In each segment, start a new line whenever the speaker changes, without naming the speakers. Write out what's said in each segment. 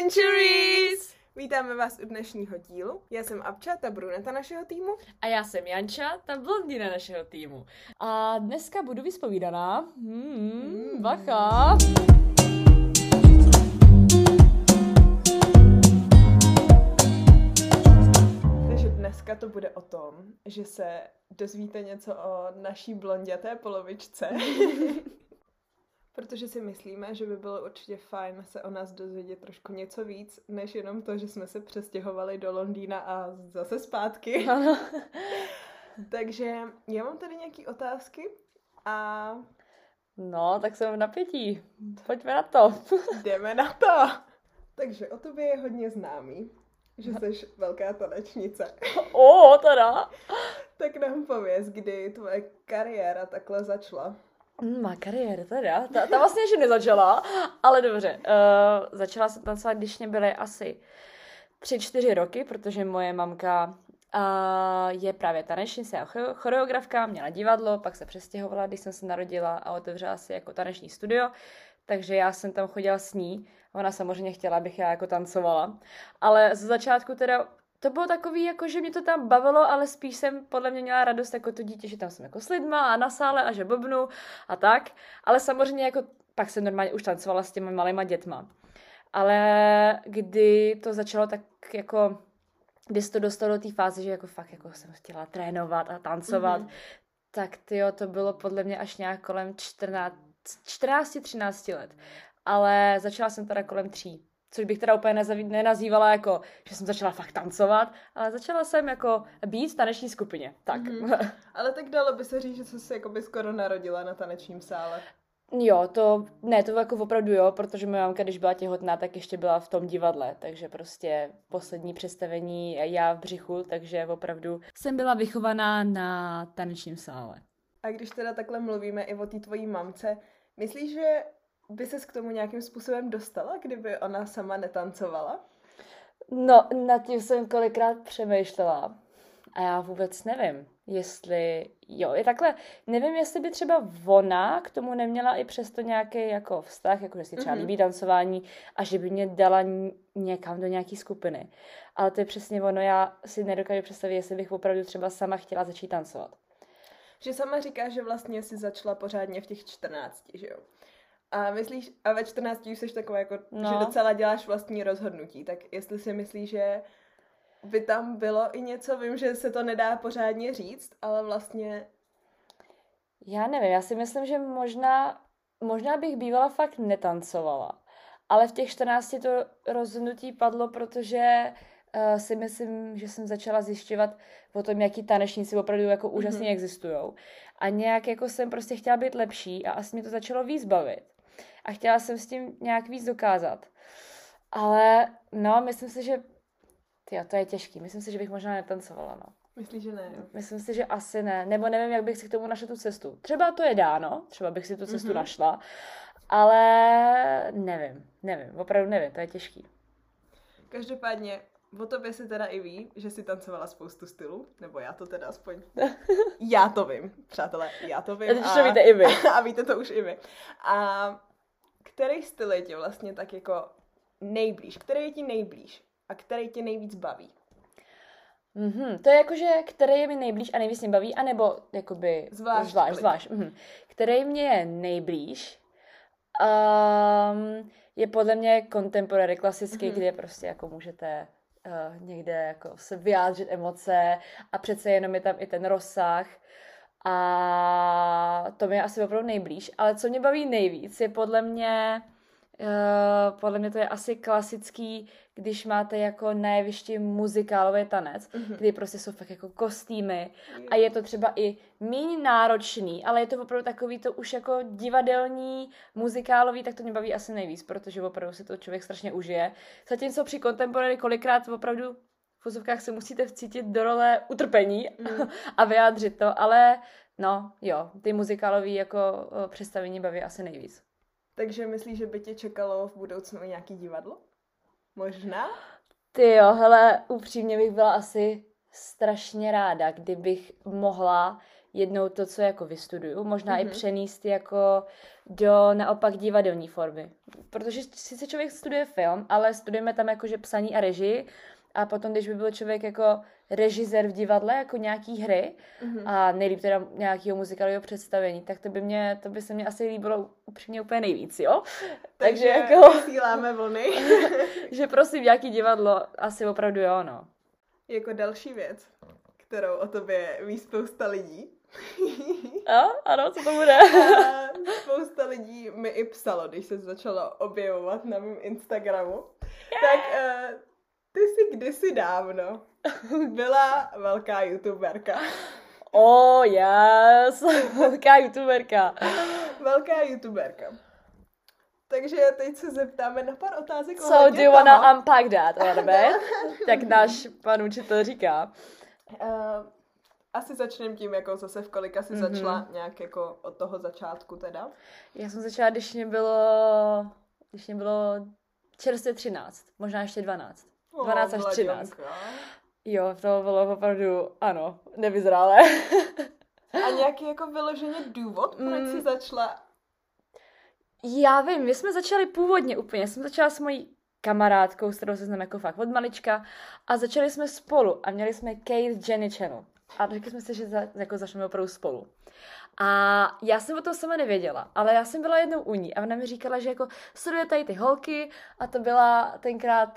Centuries! Vítáme vás u dnešního dílu. Já jsem Abča, ta bruneta našeho týmu.
A já jsem Janča, ta blondýna našeho týmu. A dneska budu vyspovídaná. Bacha!
Takže dneska to bude o tom, že se dozvíte něco o naší blonděté polovičce. Protože si myslíme, že by bylo určitě fajn se o nás dozvědět trošku něco víc, než jenom to, že jsme se přestěhovali do Londýna a zase zpátky.
Ano.
Takže já mám tady nějaké otázky a
No, tak jsem v napětí. Pojďme na to.
jdeme na to. Takže o tobě je hodně známý, že jsi velká tanečnice.
Teda.
Tak nám pověz, kdy tvoje kariéra takhle začala.
Má kariéra teda. Ta vlastně ještě nezačala, ale dobře. Začala jsem tancovat, když mě byly asi 3-4 roky, protože moje mamka je právě tanečnice a choreografka, měla divadlo, pak se přestěhovala, když jsem se narodila a otevřela si jako taneční studio, takže já jsem tam chodila s ní. Ona samozřejmě chtěla, abych já jako tancovala, ale ze začátku teda to bylo takový, jako že mě to tam bavilo, ale spíš jsem podle mě měla radost jako to dítě, že tam jsem jako s lidma a na sále a že bobnu a tak, ale samozřejmě jako pak jsem normálně už tancovala s těmi malýma dětma. Ale kdy to začalo tak jako, kdy se to dostalo do té fáze, že jako fakt jako jsem chtěla trénovat a tancovat, tak tyjo, to bylo podle mě až nějak kolem 14-13 let. Ale začala jsem teda kolem 3. Což bych teda úplně nenazývala jako, že jsem začala fakt tancovat, ale začala jsem jako být v taneční skupině. Tak.
Ale tak dalo by se říct, že jsi se jakoby skoro narodila na tanečním sále.
Jo, to jako opravdu jo, protože moje mamka, když byla těhotná, tak ještě byla v tom divadle, takže prostě poslední představení já v břichu, takže opravdu jsem byla vychovaná na tanečním sále.
A když teda takhle mluvíme i o té tvojí mamce, myslíš, že by ses k tomu nějakým způsobem dostala, kdyby ona sama netancovala?
No, nad tím jsem kolikrát přemýšlela a já vůbec nevím, jestli, jo, je takhle, nevím, jestli by třeba ona k tomu neměla i přesto nějaký jako vztah, jako že si třeba líbí tancování a že by mě dala někam do nějaký skupiny. Ale to je přesně ono, já si nedokážu představit, jestli bych opravdu třeba sama chtěla začít tancovat.
Že sama říká, že vlastně si začala pořádně v těch 14, že jo? A myslíš, a ve 14 už jsi taková jako, že docela děláš vlastní rozhodnutí, tak jestli si myslíš, že by tam bylo i něco, vím, že se to nedá pořádně říct, ale vlastně...
Já nevím, já si myslím, že možná bych bývala fakt netancovala, ale v těch 14 to rozhodnutí padlo, protože si myslím, že jsem začala zjišťovat o tom, jaký tanečníci opravdu jako úžasně existujou. A nějak jako jsem prostě chtěla být lepší a asi mě to začalo víc bavit. A chtěla jsem s tím nějak víc dokázat. Ale no, myslím si, že to je těžký. Myslím si, že bych možná netancovala, no.
Myslíš, že ne? Jo?
Myslím si, že asi ne. Nebo nevím, jak bych si k tomu našla tu cestu. Třeba to je dáno, třeba bych si tu cestu našla, ale nevím. Opravdu nevím, to je těžký.
Každopádně o tobě se teda i ví, že jsi tancovala spoustu stylů, nebo já to teda aspoň... Já to vím, přátelé, já to vím.
A to víte i vy.
A víte to už i vy. A který styl je ti vlastně tak jako nejblíž? Který je ti nejblíž? A který tě nejvíc baví?
To je jakože, který je mi nejblíž a nejvíc mě baví, anebo jakoby zvlášť. Který mě je nejblíž, je podle mě contemporary klasický, kde prostě jako můžete někde jako se vyjádřit emoce a přece jenom je tam i ten rozsah a to mě je asi opravdu nejblíž, ale co mě baví nejvíc je podle mě to je asi klasický, když máte jako na jevišti muzikálový tanec, kdy prostě jsou fakt jako kostýmy a je to třeba i méně náročný, ale je to opravdu takový to už jako divadelní, muzikálový, tak to mě baví asi nejvíc, protože opravdu si to člověk strašně užije. Zatímco při contemporary kolikrát opravdu v vozovkách se musíte vcítit do role utrpení a vyjádřit to, ale no jo, ty muzikálový jako představení baví asi nejvíc.
Takže myslíš, že by tě čekalo v budoucnu i nějaký divadlo? Možná?
Hele, upřímně bych byla asi strašně ráda, kdybych mohla jednou to, co jako vystuduju, možná i přenést jako do naopak divadelní formy. Protože sice člověk studuje film, ale studujeme tam jakože psaní a režii a potom, když by byl člověk jako režisér v divadle, jako nějaký hry a nejlíp teda nějakého muzikálního představení, tak to by se mně asi líbilo upřímně úplně nejvíc, jo?
Takže jako vysíláme vlny.
Že prosím, nějaký divadlo asi opravdu jo, no.
Jako další věc, kterou o tobě ví spousta lidí.
Ano, co to bude?
A spousta lidí mi i psalo, když se začala objevovat na mém Instagramu. Tak ty jsi kdysi dávno byla velká youtuberka.
Oh, yes! Velká youtuberka.
Velká youtuberka. Takže teď se zeptáme na pár otázek.
So, do you wanna unpack that a little bit? Jak náš pan učitel říká.
Asi začneme tím, jako zase v kolika jsi začala nějak jako od toho začátku teda.
Já jsem začala, když mě bylo čerstvě 13, možná ještě 12. 12 až 13. Jo, to bylo opravdu, ano, nevyzrálé.
A nějaký jako vyloženě důvod, proč jsi začala?
Já vím, my jsme začali původně úplně. Jsem začala s mojí kamarádkou, s kterou se znám jako fakt od malička a začali jsme spolu a měli jsme Kate Jenny Channel. A řekli jsme si, že jako začneme opravdu spolu. A já jsem o tom sama nevěděla, ale já jsem byla jednou u ní a ona mi říkala, že jako sleduje tady ty holky a to byla tenkrát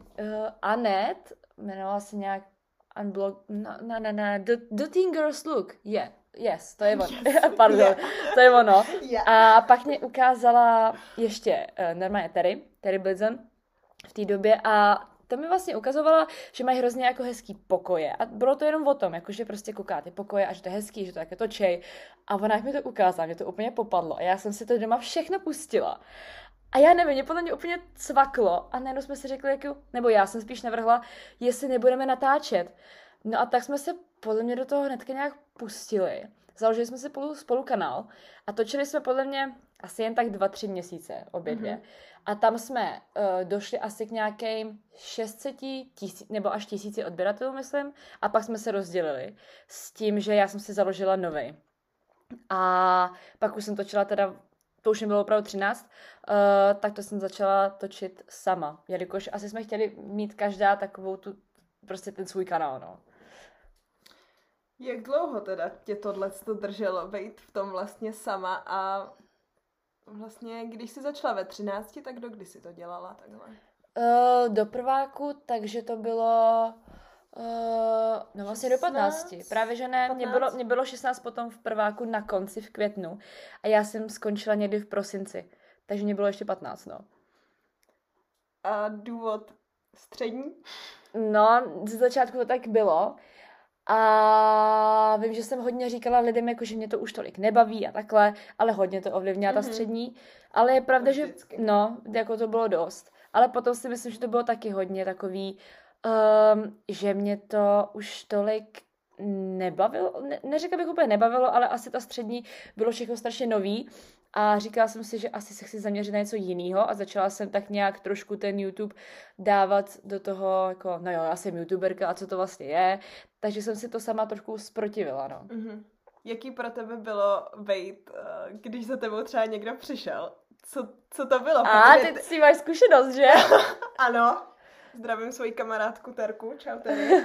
Anet, jmenovala se nějak Unblock, The Teen Girls Look, yes, to je ono. Pardon, to je ono. A pak mě ukázala ještě normálně Terry Blitzen v té době a to mi vlastně ukazovala, že mají hrozně jako hezký pokoje a bylo to jenom o tom, jakože prostě kouká ty pokoje a že to je hezký, že to také točej a ona jak mi to ukázala, mě to úplně popadlo a já jsem si to doma všechno pustila. A já nevím, mě podle mě úplně cvaklo a najednou jsme si řekli, jako, nebo já jsem spíš navrhla, jestli nebudeme natáčet. No a tak jsme se podle mě do toho hnedka nějak pustili. Založili jsme si spolu kanál a točili jsme podle mě asi jen tak 2-3 měsíce obě dvě. A tam jsme došli asi k nějakým 600 tisíc, nebo až 1000 odběratelů, myslím. A pak jsme se rozdělili s tím, že já jsem si založila novej. A pak už jsem točila teda, to už mi bylo opravdu 13, tak to jsem začala točit sama. Jelikož asi jsme chtěli mít každá takovou tu, prostě ten svůj kanál, no.
Jak dlouho teda tě tohleto drželo být v tom vlastně sama a vlastně, když jsi začala ve 13, tak dokdy jsi to dělala takhle?
Do prváku, takže to bylo no vlastně 16, do 15. Právě, že ne, mě bylo 16 potom v prváku na konci v květnu a já jsem skončila někdy v prosinci, takže mě bylo ještě 15, no.
A důvod střední?
No, ze začátku to tak bylo. A vím, že jsem hodně říkala lidem, jako, že mě to už tolik nebaví a takhle, ale hodně to ovlivnila ta střední. Ale je pravda, že no, jako to bylo dost. Ale potom si myslím, že to bylo taky hodně takový, že mě to už tolik nebavilo. Neřekla bych úplně nebavilo, ale asi ta střední bylo všechno strašně nový. A říkala jsem si, že asi se chci zaměřit na něco jiného a začala jsem tak nějak trošku ten YouTube dávat do toho, jako, no jo, já jsem youtuberka a co to vlastně je. Takže jsem si to sama trošku zprotivila, no.
Mm-hmm. Jaký pro tebe bylo bejt, když za tebou třeba někdo přišel? Co to bylo?
A ty si máš zkušenost, že?
Ano. Zdravím svoji kamarádku Terku. Čau, Terry.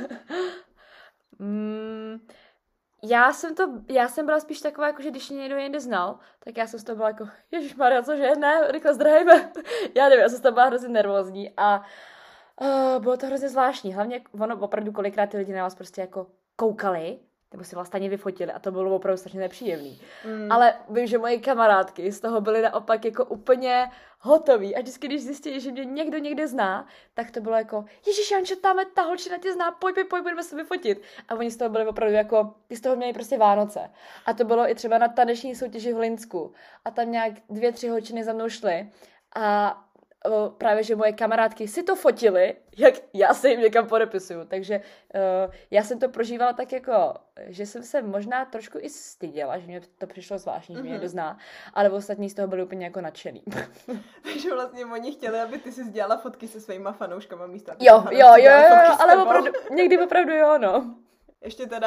Já jsem byla spíš taková, jako, že když mě někdo někde znal, tak já jsem z toho byla jako, ježišmarja, cože, ne, rychle zdrhejme. Já nevím, já jsem z toho byla hrozně nervózní a bylo to hrozně zvláštní. Hlavně ono opravdu kolikrát ty lidi na vás prostě jako koukali, nebo si vlastně vyfotili a to bylo opravdu strašně nepříjemný. Ale vím, že moje kamarádky z toho byly naopak jako úplně hotový a vždycky, když zjistili, že mě někdo někde zná, tak to bylo jako, ježiš, Jančo, tamhle ta holčina tě zná, pojď, budeme se vyfotit. A oni z toho byli opravdu jako, ty z toho měli prostě Vánoce. A to bylo i třeba na taneční soutěži v Hlinsku. A tam nějak 2-3 holčiny za mnou šly a právě, že moje kamarádky si to fotily, jak já se jim někam podepisuju. Takže já jsem to prožívala tak jako, že jsem se možná trošku i styděla, že mě to přišlo zvláštní, že mě někdo zná, ale ostatní z toho byli úplně jako nadšený.
Takže vlastně oni chtěli, aby ty si dělala fotky se svýma fanouškama místo.
Jo, ale opravdu, někdy opravdu jo, no.
Ještě teda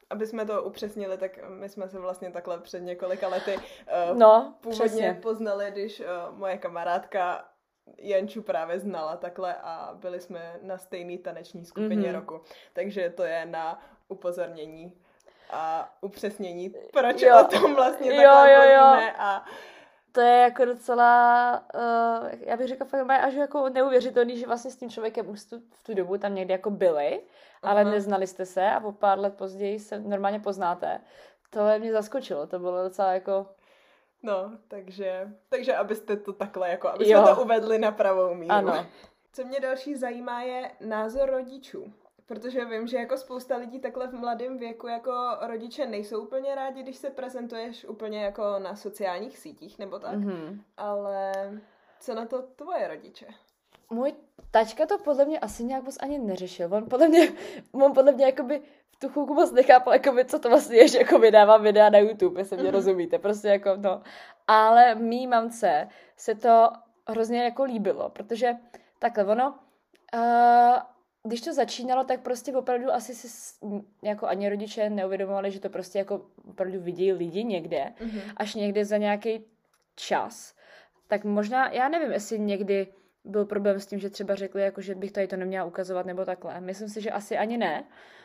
aby jsme to upřesnili, tak my jsme se vlastně takhle před několika lety původně přesně poznali, když moje kamarádka Janču právě znala takhle a byli jsme na stejné taneční skupině roku. Takže to je na upozornění a upřesnění, proč o tom vlastně takhle mluvíme a
to je jako docela, já bych řekla fakt až jako neuvěřitelný, že vlastně s tím člověkem už v tu dobu tam někdy jako byli, ale neznali jste se a po pár let později se normálně poznáte. To mě zaskočilo, to bylo docela jako...
No, takže abyste to takhle, jako aby jsme to uvedli na pravou míru.
Ano.
Co mě další zajímá je názor rodičů. Protože vím, že jako spousta lidí takhle v mladém věku jako rodiče nejsou úplně rádi, když se prezentuješ úplně jako na sociálních sítích nebo tak. Ale co na to tvoje rodiče?
Můj tačka to podle mě asi nějak moc ani neřešil. On podle mě jakoby v tu chvilku moc nechápal, jakoby, co to vlastně je, že jako vydávám videa na YouTube, jestli mě rozumíte. Prostě jako no. Ale mý mamce se to hrozně jako líbilo, protože takhle ono... když to začínalo, tak prostě opravdu asi si jako ani rodiče neuvědomovali, že to prostě jako opravdu vidí lidi někde, až někde za nějaký čas. Tak možná, já nevím, jestli někdy byl problém s tím, že třeba řekli, jako, že bych tady to neměla ukazovat nebo takhle. Myslím si, že asi ani ne.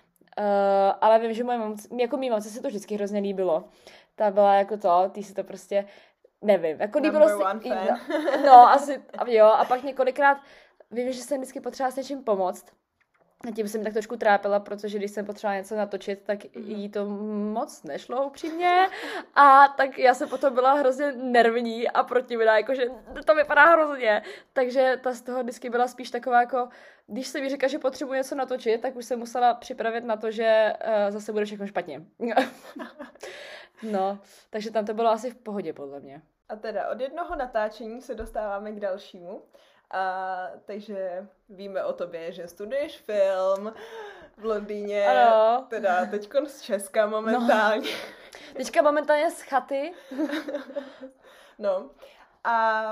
Ale vím, že mý mamce se to vždycky hrozně líbilo. Ta byla jako ty se to prostě, nevím, jako líbilo si... No, asi, jo, a pak několikrát vím, že jsem vždycky potřebovala s něčím pomoct. A tím jsem tak trošku trápila, protože když jsem potřebovala něco natočit, tak jí to moc nešlo upřímně. A tak já jsem potom byla hrozně nervní a protivná, jakože to vypadá hrozně. Takže ta z toho vždycky byla spíš taková jako, když se mi říká, že potřebuji něco natočit, tak už jsem musela připravit na to, že zase bude všechno špatně. No, takže tam to bylo asi v pohodě podle mě.
A teda od jednoho natáčení se dostáváme k dalšímu. Takže víme o tobě, že studuješ film v Londýně,
ano.
Teda teďko z Česka momentálně.
No. Teďka momentálně z chaty.
No a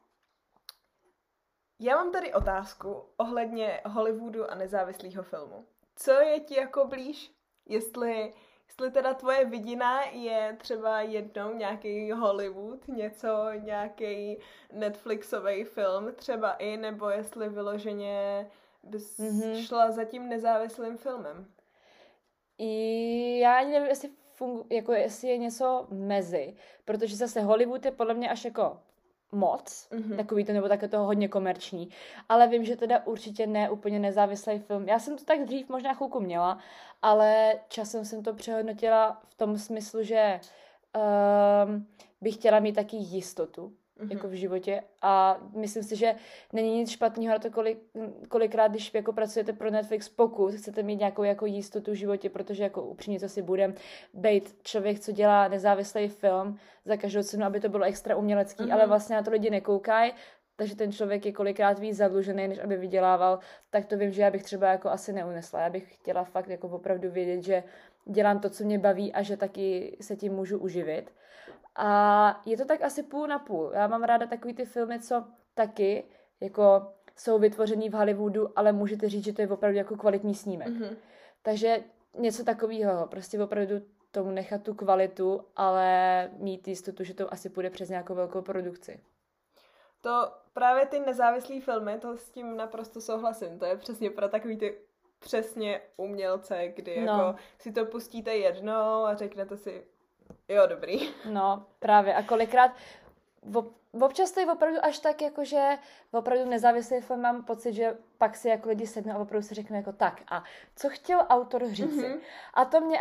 já mám tady otázku ohledně Hollywoodu a nezávislého filmu. Co je ti jako blíž? Jestli teda tvoje vidina je třeba jednou nějaký Hollywood, nějaký Netflixový film třeba i, nebo jestli vyloženě bys šla za tím nezávislým filmem.
Já nevím, jestli jestli je něco mezi, protože zase Hollywood je podle mě až jako moc, takový to, nebo také to hodně komerční, ale vím, že teda určitě ne úplně nezávislý film. Já jsem to tak dřív možná chvilku měla, ale časem jsem to přehodnotila v tom smyslu, že bych chtěla mít taky jistotu jako v životě a myslím si, že není nic špatného na to, kolikrát, když jako pracujete pro Netflix, pokud chcete mít nějakou jako jistotu v životě, protože jako upřímně, co si budem, bejt člověk, co dělá nezávislý film za každou cenu, aby to bylo extra umělecký, ale vlastně na to lidi nekoukají, takže ten člověk je kolikrát víc zadlužený, než aby vydělával, tak to vím, že já bych třeba jako asi neunesla. Já bych chtěla fakt jako opravdu vědět, že dělám to, co mě baví a že taky se tím můžu uživit. A je to tak asi půl na půl. Já mám ráda takový ty filmy, co taky jako jsou vytvořený v Hollywoodu, ale můžete říct, že to je opravdu jako kvalitní snímek. Takže něco takového, prostě opravdu tomu nechat tu kvalitu, ale mít jistotu, že to asi půjde přes nějakou velkou produkci.
To právě ty nezávislý filmy, to s tím naprosto souhlasím. To je přesně pro takový ty přesně umělce, kdy jako si to pustíte jednou a řeknete si, jo, dobrý.
No, právě. A kolikrát občas to je opravdu až tak, jakože opravdu nezávislý film mám pocit, že pak si jako lidi sednou a opravdu si řeknou jako tak a co chtěl autor říci. A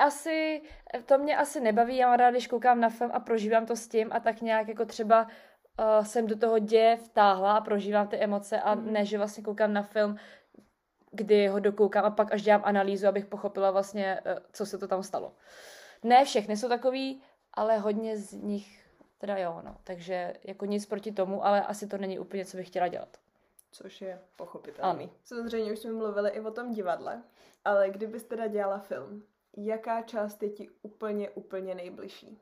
to mě asi nebaví, já mám ráda, když koukám na film a prožívám to s tím a tak nějak jako třeba jsem do toho děje vtáhla a prožívám ty emoce a ne, že vlastně koukám na film, kdy ho dokoukám a pak až dělám analýzu, abych pochopila vlastně, co se to tam stalo. Ne všechny jsou takový, ale hodně z nich teda jo, no. Takže jako nic proti tomu, ale asi to není úplně, co bych chtěla dělat.
Což je pochopitelný. Samozřejmě už jsme mluvili i o tom divadle, ale kdybys teda dělala film, jaká část je ti úplně nejbližší?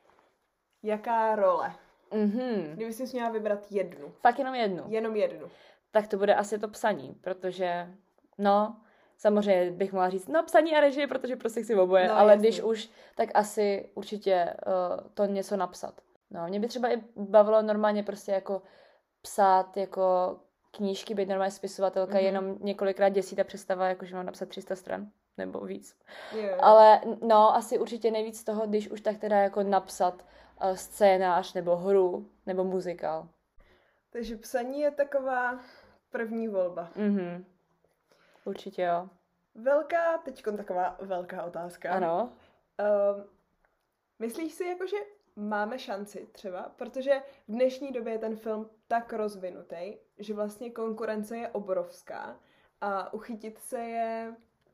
Jaká role? Kdyby jsi měla vybrat jednu.
Fakt jenom jednu?
Jenom jednu.
Tak to bude asi to psaní, protože Samozřejmě bych mohla říct, no psaní a režie, protože prostě chci oboje,
no,
ale
jasný.
když už, tak asi určitě to něco napsat. No, mě by třeba i bavilo normálně prostě jako psát jako knížky, být normálně spisovatelka, jenom několikrát děsí ta představa, jakože mám napsat 300 stran, nebo víc.
Yeah.
Ale no, asi určitě nejvíc toho, když už tak teda jako napsat scénář, nebo hru, nebo muzikál.
Takže psaní je taková první volba.
Určitě jo.
Teďkon taková velká otázka.
Ano.
Myslíš si jako, že máme šanci třeba, protože v dnešní době je ten film tak rozvinutý, že vlastně konkurence je obrovská a uchytit se je...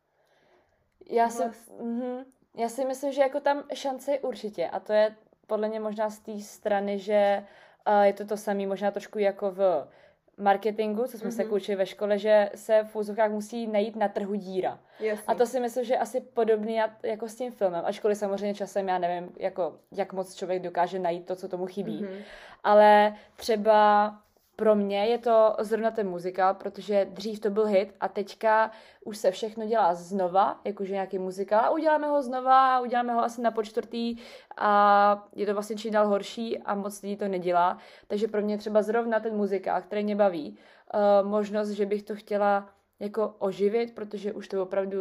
Já si myslím, že jako tam šance je určitě a to je podle mě možná z té strany, že je to samé možná trošku jako v marketingu, co jsme se učili ve škole, že se v úzovkách musí najít na trhu díra.
Jasný.
A to si myslím, že je asi podobný jako s tím filmem. Ačkoliv samozřejmě časem já nevím, jako, jak moc člověk dokáže najít to, co tomu chybí. Ale třeba pro mě je to zrovna ten muzikál, protože dřív to byl hit a teďka už se všechno dělá znova, jakože nějaký muzikál a uděláme ho znova, uděláme ho asi na počtvrtý a je to vlastně čím dál horší a moc lidí to nedělá. Takže pro mě třeba zrovna ten muzikál, který mě baví, možnost, že bych to chtěla jako oživit, protože už to opravdu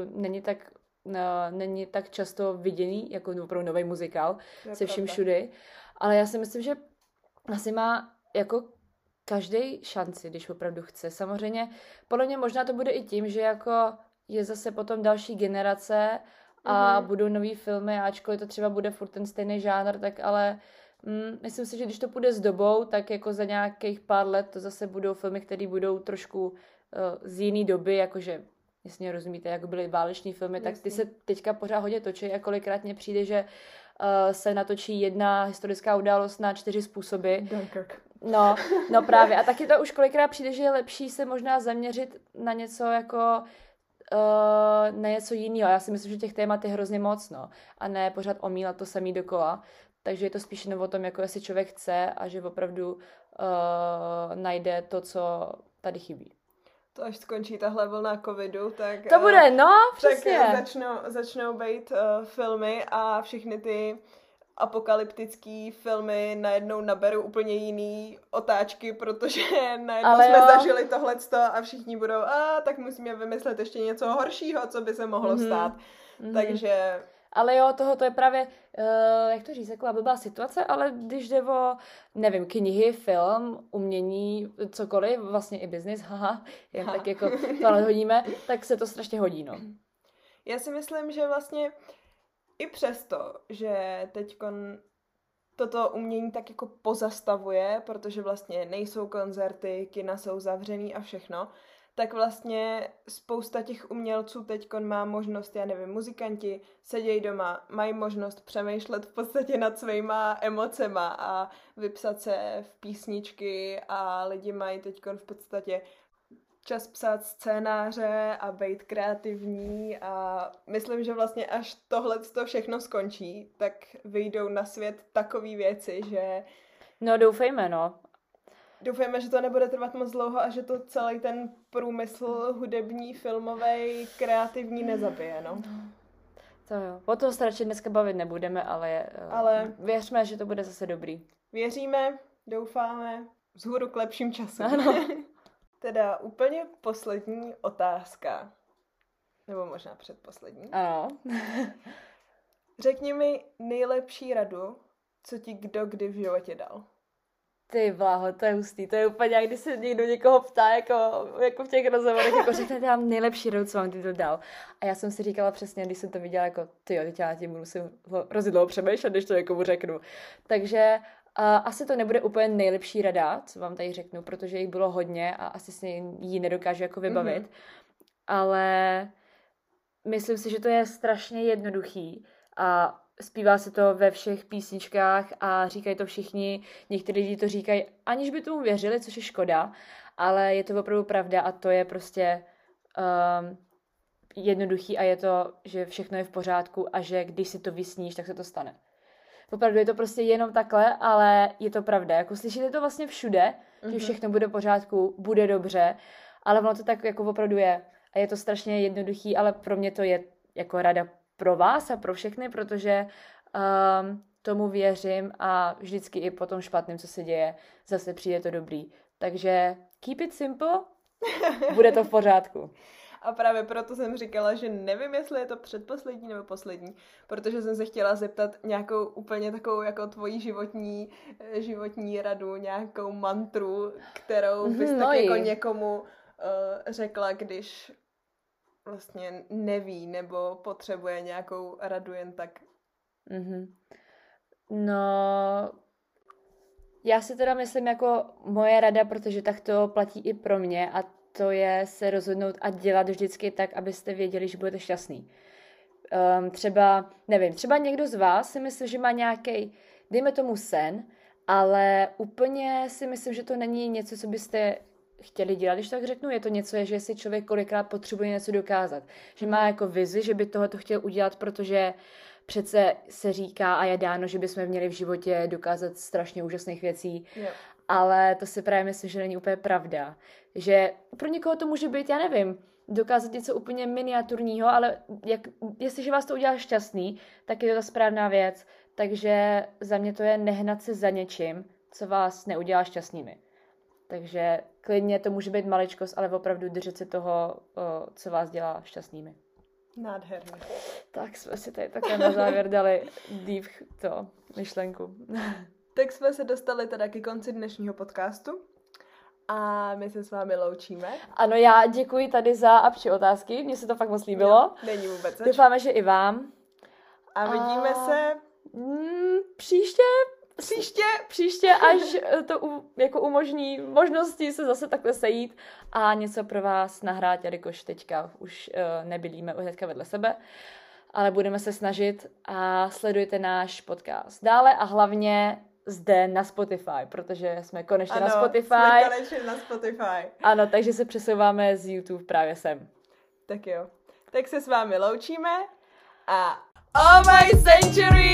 není tak často viděný, jako opravdu nový muzikál se vším všudy. Ale já si myslím, že asi má jako každý šanci, když opravdu chce. Samozřejmě, podle mě možná to bude i tím, že jako je zase potom další generace a budou nový filmy, ačkoliv to třeba bude furt ten stejný žánr, tak ale myslím si, že když to půjde s dobou, tak jako za nějakých pár let to zase budou filmy, které budou trošku z jiný doby, jakože, jestli mě rozumíte, jako byly váleční filmy, tak ty se teďka pořád hodně točí a kolikrát mně přijde, že se natočí jedna historická událost na 4 způsoby.
Dunkirk.
No právě. A taky to už kolikrát přijde, že je lepší se možná zaměřit na něco jako na něco jiného. Já si myslím, že těch témat je hrozně moc, no. A ne pořád omílat to samý dokola. Takže je to spíš jenom o tom, jako jestli člověk chce a že opravdu najde to, co tady chybí.
To až skončí tahle vlna covidu, tak...
To bude, no, přesně.
Tak začnou být filmy a všechny ty apokalyptický filmy najednou naberou úplně jiný otáčky, protože najednou jsme zažili tohleto a všichni budou, tak musíme vymyslet ještě něco horšího, co by se mohlo stát. Takže...
Ale jo, to je právě, jak to říct, taková blbá situace, ale když jde o, nevím, knihy, film, umění, cokoliv, vlastně i biznis, jen tak jako to nadhodíme, tak se to strašně hodí, no.
Já si myslím, že vlastně i přesto, že teďkon toto umění tak jako pozastavuje, protože vlastně nejsou koncerty, kina jsou zavřený a všechno, tak vlastně spousta těch umělců teďkon má možnost, já nevím, muzikanti sedějí doma, mají možnost přemýšlet v podstatě nad svýma emocema a vypsat se v písničky a lidi mají teďkon v podstatě čas psát scénáře a být kreativní a myslím, že vlastně až tohle to všechno skončí, tak vyjdou na svět takový věci, že...
No doufejme, no.
Doufujeme, že to nebude trvat moc dlouho a že to celý ten průmysl hudební, filmový, kreativní nezabije, no.
To jo. O tom se radši dneska bavit nebudeme, ale věřme, že to bude zase dobrý.
Věříme, doufáme, vzhůru k lepším časům.
Ano.
Teda úplně poslední otázka. Nebo možná předposlední.
Ano.
Řekni mi nejlepší radu, co ti kdo kdy v životě dal.
Ty bláho, to je hustý. To je úplně, jak když se někdo někoho ptá, jako v těch rozhovorech, jako řekne, dám nejlepší radu, co vám ty to dal. A já jsem si říkala přesně, když jsem to viděla, jako tyjo, teď já tím musím hrozně dlouho přemýšlet, když to někomu řeknu. Takže asi to nebude úplně nejlepší rada, co vám tady řeknu, protože jich bylo hodně a asi si ji nedokážu jako vybavit. Ale myslím si, že to je strašně jednoduchý a zpívá se to ve všech písničkách a říkají to všichni, někteří lidi to říkají, aniž by tomu věřili, což je škoda, ale je to opravdu pravda a to je prostě jednoduchý a je to, že všechno je v pořádku a že když si to vysníš, tak se to stane. Opravdu je to prostě jenom takhle, ale je to pravda. Jako slyšíte to vlastně všude, že všechno bude v pořádku, bude dobře, ale ono to tak jako opravdu je. A je to strašně jednoduchý, ale pro mě to je jako rada pro vás a pro všechny, protože tomu věřím a vždycky i po tom špatným, co se děje, zase přijde to dobrý. Takže keep it simple, bude to v pořádku.
A právě proto jsem říkala, že nevím, jestli je to předposlední nebo poslední, protože jsem se chtěla zeptat nějakou úplně takovou jako tvoji životní radu, nějakou mantru, kterou bys tak jako někomu řekla, když vlastně neví nebo potřebuje nějakou radu jen tak.
No, já si teda myslím jako moje rada, protože tak to platí i pro mě a to je se rozhodnout a dělat vždycky tak, abyste věděli, že budete šťastný. Třeba někdo z vás si myslí, že má nějaký, dejme tomu sen, ale úplně si myslím, že to není něco, co byste chtěli dělat, když tak řeknu, je to něco, že si člověk kolikrát potřebuje něco dokázat. Že má jako vizi, že by tohoto chtěl udělat, protože přece se říká a je dáno, že bychom měli v životě dokázat strašně úžasných věcí, ale to si právě myslím, že není úplně pravda. Že pro někoho to může být, já nevím, dokázat něco úplně miniaturního, ale jestliže vás to udělá šťastný, tak je to ta správná věc. Takže za mě to je nehnat se za něčím, co vás neudělá šťastnými. Takže klidně to může být maličkost, ale opravdu držet se toho, co vás dělá šťastnými.
Nádherně.
Tak jsme si tady také na závěr dali deep myšlenku.
Tak jsme se dostali teda ke konci dnešního podcastu a my se s vámi loučíme.
Ano, já děkuji tady za apči otázky, mně se to fakt moc líbilo.
No, není vůbec.
Doufáme, že i vám.
A vidíme se
příště, až to jako umožní možnosti se zase takhle sejít a něco pro vás nahrát, jelikož teďka už nebydlíme hnedka vedle sebe, ale budeme se snažit a sledujte náš podcast dále a hlavně zde na Spotify, protože jsme konečně na Spotify.
Jsme konečně na Spotify.
Ano, takže se přesouváme z YouTube právě sem.
Tak jo. Tak se s vámi loučíme a Oh my century!